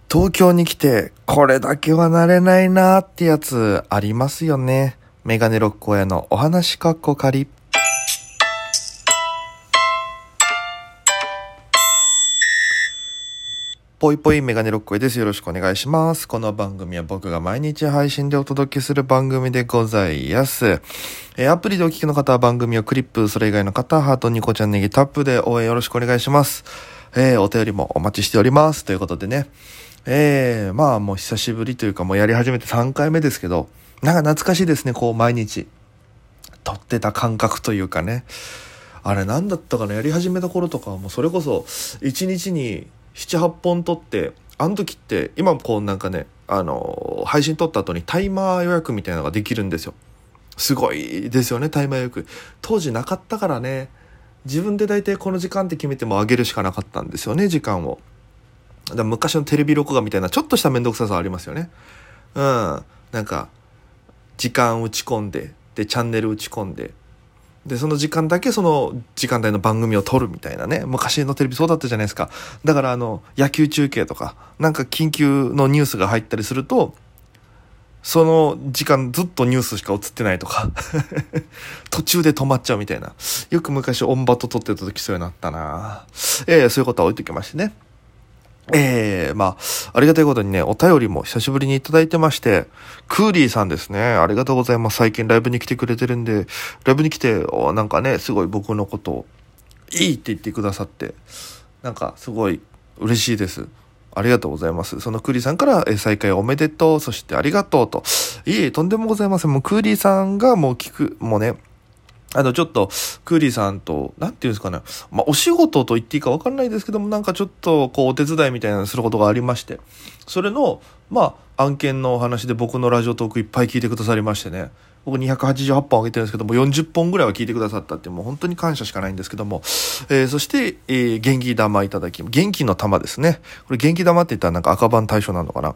東京に来てこれだけは慣れないなーってやつありますよね。メガネロック親のお話かっこかり。ぽいぽいメガネロック親です。よろしくお願いします。この番組は僕が毎日配信でお届けする番組でございます。アプリでお聞きの方は番組をクリップ、それ以外の方はハート、ニコちゃんネギタップで応援よろしくお願いします。お便りもお待ちしております。ということでね。もう久しぶりというかもうやり始めて3回目ですけど、なんか懐かしいですね。こう毎日撮ってた感覚というかね。あれなんだったかな、やり始めた頃とかはもうそれこそ1日に7、8本撮って、あの時って今こうなんかね、配信撮った後にタイマー予約みたいなのができるんですよ。すごいですよね、タイマー予約。当時なかったからね、自分で大体この時間って決めても上げるしかなかったんですよね、時間を。だから昔のテレビ録画みたいなちょっとしためんどくささありますよね。なんか時間打ち込んで、でチャンネル打ち込んで、でその時間だけその時間帯の番組を撮るみたいなね。昔のテレビそうだったじゃないですか。だから野球中継とかなんか緊急のニュースが入ったりすると、その時間ずっとニュースしか映ってないとか途中で止まっちゃうみたいな。よく昔オンバト撮ってた時そういうのあったな。そういうことは置いときましてね。ありがたいことにね、お便りも久しぶりにいただいてまして、クーリーさんですね。ありがとうございます。最近ライブに来てくれてるんで、ライブに来て、なんかね、すごい僕のことをいいって言ってくださって、なんかすごい嬉しいです。ありがとうございます。そのクーリーさんから、再会おめでとう、そしてありがとうと。とんでもございません。もうクーリーさんがもうね、ちょっとクーリーさんとなんていうんですかね、お仕事と言っていいか分かんないですけども、なんかちょっとこうお手伝いみたいなのすることがありまして、それの案件のお話で僕のラジオトークいっぱい聞いてくださりましてね。僕288本上げてるんですけども、40本ぐらいは聞いてくださったって、もう本当に感謝しかないんですけども、そして、元気玉いただき、元気の玉ですね。これ元気玉って言ったらなんか赤番対象なのかな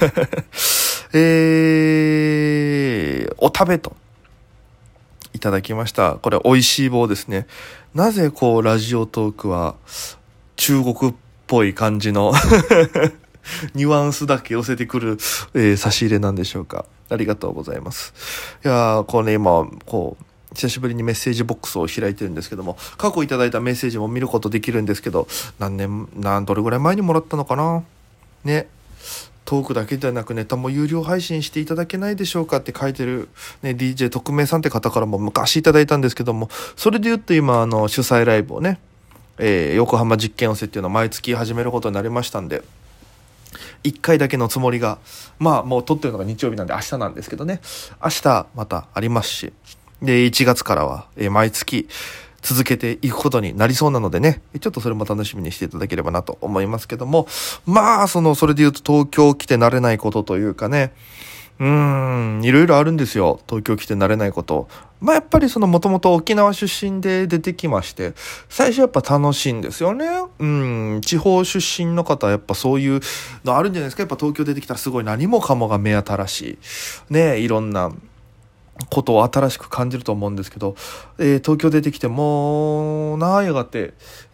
お食べといただきました。これ美味しい棒ですね。なぜこうラジオトークは中国っぽい感じのニュアンスだけ寄せてくる、差し入れなんでしょうか。ありがとうございます。いやー、これ今こう久しぶりにメッセージボックスを開いてるんですけども、過去いただいたメッセージも見ることできるんですけど、どれぐらい前にもらったのかなね。トークだけではなくネタも有料配信していただけないでしょうかって書いてる、ね、DJ 特命さんって方からも昔いただいたんですけども、それで言うと今主催ライブをね、横浜実験寄せっていうのを毎月始めることになりましたんで、1回だけのつもりがもう撮ってるのが日曜日なんで明日なんですけどね、明日またありますし、で1月からは、毎月続けていくことになりそうなのでね、ちょっとそれも楽しみにしていただければなと思いますけども、それで言うと東京来て慣れないことというかね、いろいろあるんですよ。東京来て慣れないこと。やっぱりもともと沖縄出身で出てきまして、最初やっぱ楽しいんですよね。地方出身の方はやっぱそういうのあるんじゃないですか。やっぱ東京出てきたらすごい何もかもが目新しい。ね、いろんなことを新しく感じると思うんですけど、東京出てきてもやがて、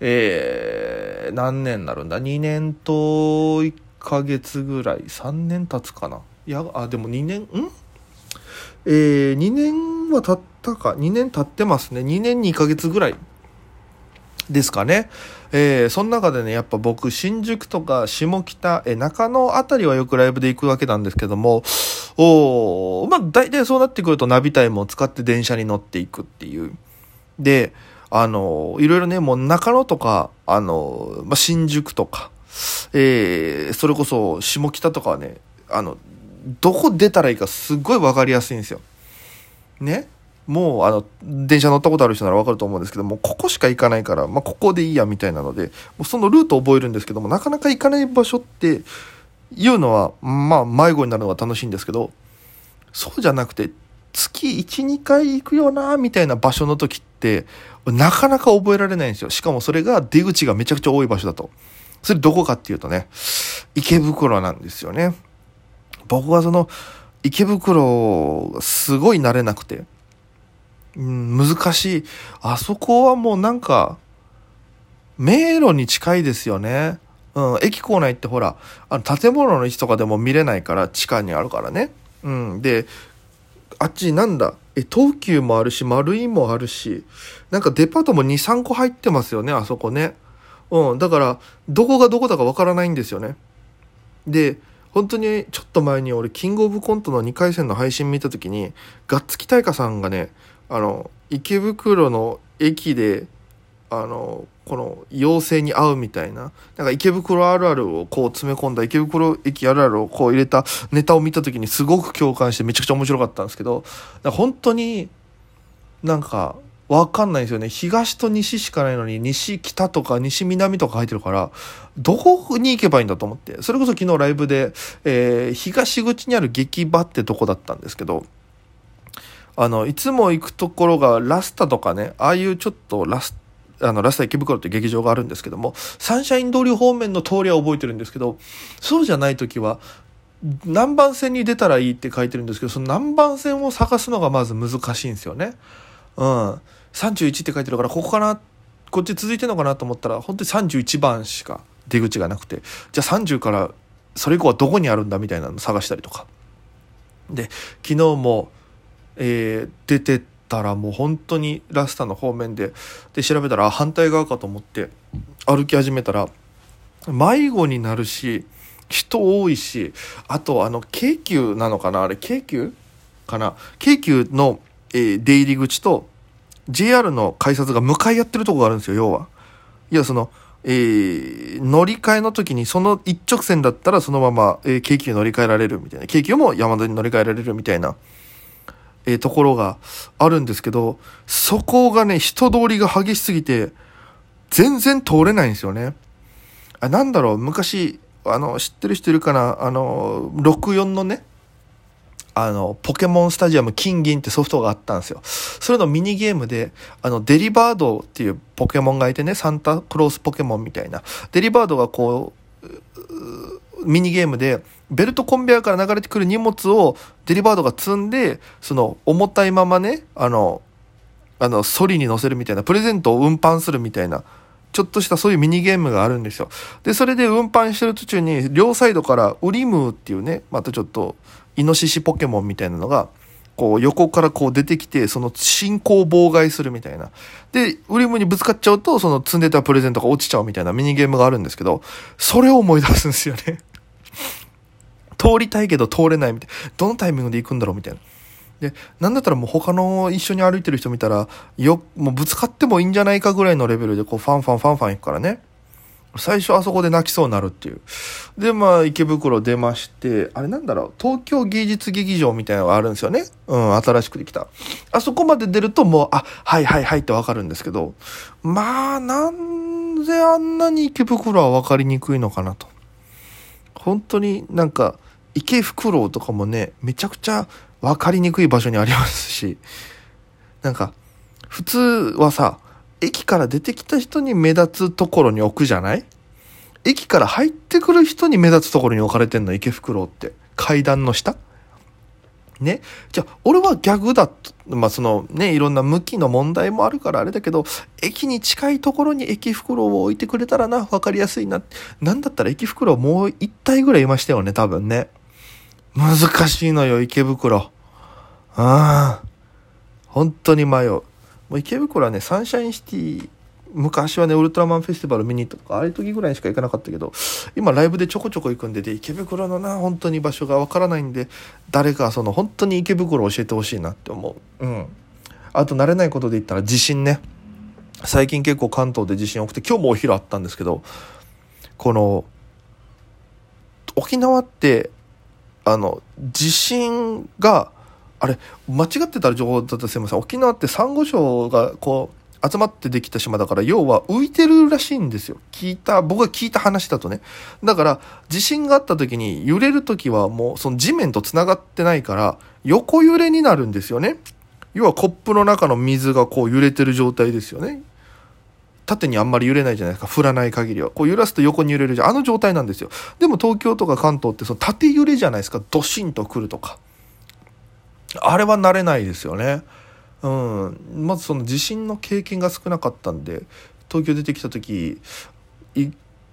何年になるんだ、2年と1ヶ月ぐらい、3年経つかな。でも2年2年は経ったか、2年経ってますね。2年2ヶ月ぐらいですかね。その中でね、やっぱ僕新宿とか下北、中野あたりはよくライブで行くわけなんですけども、大体そうなってくるとナビタイムを使って電車に乗っていくっていう。でいろいろね、もう中野とか新宿とか、それこそ下北とかはね、どこ出たらいいかすっごい分かりやすいんですよね。もう電車乗ったことある人なら分かると思うんですけども、ここしか行かないから、ここでいいやみたいなので、もうそのルートを覚えるんですけども、なかなか行かない場所っていうのは迷子になるのが楽しいんですけど、そうじゃなくて月 1,2 回行くよなみたいな場所の時ってなかなか覚えられないんですよ。しかもそれが出口がめちゃくちゃ多い場所だと。それどこかっていうとね、池袋なんですよね。僕は池袋すごい慣れなくて、難しい。あそこはもうなんか迷路に近いですよね。 駅構内ってほら、建物の位置とかでも見れないから、地下にあるからね。で、あっちなんだ、東急もあるし、丸いもあるし、なんかデパートも2、3個入ってますよね、あそこね。だから、どこがどこだかわからないんですよね。で、本当にちょっと前に俺、キングオブコントの2回戦の配信見たときに、ガッツキ大花さんがね、池袋の駅で、この妖精に会うみたいな、なんか池袋あるあるをこう詰め込んだ池袋駅あるあるをこう入れたネタを見たときにすごく共感してめちゃくちゃ面白かったんですけど、本当になんかわかんないんですよね。東と西しかないのに西北とか西南とか入ってるから、どこに行けばいいんだと思って、それこそ昨日ライブで、東口にある劇場ってとこだったんですけど、いつも行くところがラスタとかね、ああいうちょっとラスタ池袋って劇場があるんですけども、サンシャイン通り方面の通りは覚えてるんですけど、そうじゃない時は何番線に出たらいいって書いてるんですけど、その何番線を探すのがまず難しいんですよね。31って書いてるから、こっち続いてるのかなと思ったら、本当に31番しか出口がなくて、じゃあ30からそれ以降はどこにあるんだみたいなの探したりとかで、昨日も、出てたらもう本当にラスタの方面で調べたら反対側かと思って歩き始めたら、迷子になるし人多いし、あと京急なのかな、あれ京急かな、京急の、出入り口と JR の改札が向かい合ってるとこがあるんですよ。要はいや、その、乗り換えの時にその一直線だったらそのまま、京急乗り換えられるみたいな、京急も山手に乗り換えられるみたいなところがあるんですけど、そこがね、人通りが激しすぎて全然通れないんですよね。なんだろう、昔知ってる人いるかな、64のね、ポケモンスタジアム金銀ってソフトがあったんですよ。それのミニゲームでデリバードっていうポケモンがいてね、サンタクロースポケモンみたいなデリバードがこうミニゲームでベルトコンベヤーから流れてくる荷物をデリバードが積んで、その重たいままね、ソリに乗せるみたいな、プレゼントを運搬するみたいな、ちょっとしたそういうミニゲームがあるんですよ。で、それで運搬してる途中に両サイドからウリムーっていうね、またちょっとイノシシポケモンみたいなのがこう横からこう出てきて、その進行を妨害するみたいな。で、ウリムにぶつかっちゃうと、その積んでたプレゼントが落ちちゃうみたいなミニゲームがあるんですけど、それを思い出すんですよね。通りたいけど通れないみたいな。どのタイミングで行くんだろうみたいな。で、なんだったらもう他の一緒に歩いてる人見たら、もうぶつかってもいいんじゃないかぐらいのレベルでこうファンファンファンファン行くからね。最初あそこで泣きそうになるっていう。で、池袋出まして、あれなんだろう、東京芸術劇場みたいなのがあるんですよね。新しくできた。あそこまで出るともう、はいはいはいってわかるんですけど、なんであんなに池袋はわかりにくいのかなと。本当になんか、池袋とかもね、めちゃくちゃわかりにくい場所にありますし、なんか、普通はさ、駅から出てきた人に目立つところに置くじゃない？駅から入ってくる人に目立つところに置かれてんの、池袋って。階段の下ね。じゃあ、俺は逆だと。そのね、いろんな向きの問題もあるからあれだけど、駅に近いところに駅袋を置いてくれたらな、わかりやすいな。なんだったら駅袋もう一体ぐらいいましたよね、多分ね。難しいのよ、池袋。本当に迷う。もう池袋はね、サンシャインシティ、昔はね、ウルトラマンフェスティバル見に行ったとか、ああいう時ぐらいしか行かなかったけど、今ライブでちょこちょこ行くんで、池袋のな、本当に場所がわからないんで、誰か本当に池袋を教えてほしいなって思う。あと慣れないことで言ったら地震ね。最近結構関東で地震多くて、今日もお昼あったんですけど、この、沖縄って、地震が、あれ間違ってたら情報だったらすいません。沖縄ってサンゴ礁がこう集まってできた島だから、要は浮いてるらしいんですよ。僕が聞いた話だとね。だから地震があった時に揺れる時はもうその地面とつながってないから横揺れになるんですよね。要はコップの中の水がこう揺れてる状態ですよね。縦にあんまり揺れないじゃないですか。降らない限りは。こう揺らすと横に揺れるあの状態なんですよ。でも東京とか関東ってその縦揺れじゃないですか。ドシンと来るとか。あれは慣れないですよね。まずその地震の経験が少なかったんで、東京出てきた時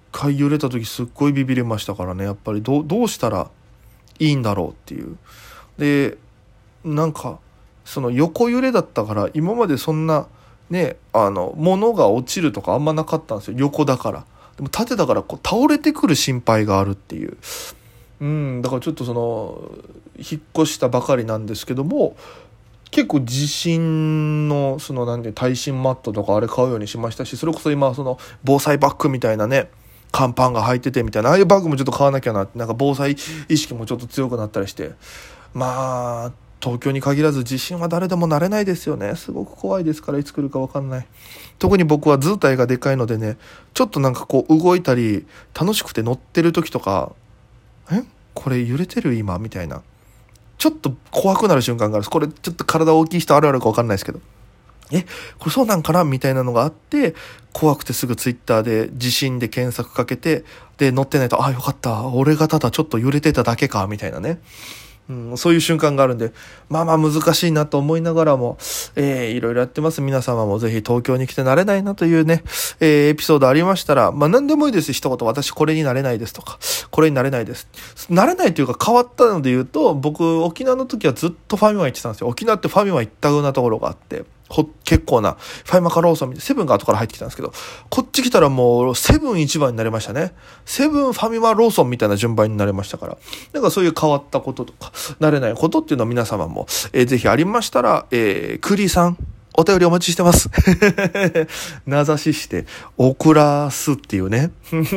回揺れた時すっごいビビりましたからね。やっぱりどうしたらいいんだろうっていう。で、なんかその横揺れだったから今までそんなね物が落ちるとかあんまなかったんですよ、横だから。でも縦だからこう倒れてくる心配があるっていう。だからちょっとその引っ越したばかりなんですけども、結構地震のその耐震マットとかあれ買うようにしましたし、それこそ今その防災バッグみたいなね、乾パンが入っててみたいな、ああいうバッグもちょっと買わなきゃなって、なんか防災意識もちょっと強くなったりして、まあ東京に限らず地震は誰でも慣れないですよね。すごく怖いですから、いつ来るか分かんない。特に僕は図体がでかいのでね、ちょっとなんかこう動いたり楽しくて乗ってる時とか、これ揺れてる今みたいな、ちょっと怖くなる瞬間がある。これちょっと体大きい人あるあるか分かんないですけど、これそうなんかなみたいなのがあって、怖くてすぐツイッターで地震で検索かけて、で乗ってないと、よかった、俺がただちょっと揺れてただけかみたいなね、そういう瞬間があるんで、まあ難しいなと思いながらも、いろいろやってます。皆様もぜひ東京に来て慣れないなというね、エピソードありましたら、何でもいいです。一言、私これになれないですとか、これになれないです。なれないというか変わったので言うと、僕沖縄の時はずっとファミマ行ってたんですよ。沖縄ってファミマ行ったようなところがあって、結構なファミマかローソンみたいな、セブンが後から入ってきたんですけど、こっち来たらもうセブン一番になりましたね。セブン、ファミマ、ローソンみたいな順番になりましたから、なんかそういう変わったこととか慣れないことっていうのを皆様も、ぜひありましたら、クリーさんお便りお待ちしてます名指しして送らすっていうね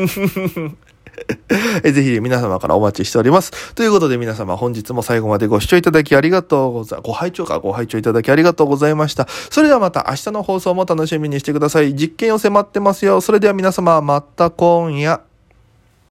ぜひ皆様からお待ちしております。ということで皆様、本日も最後までご視聴いただきありがとうございます。ご拝聴いただきありがとうございました。それではまた明日の放送も楽しみにしてください。実験を迫ってますよ。それでは皆様、また今夜。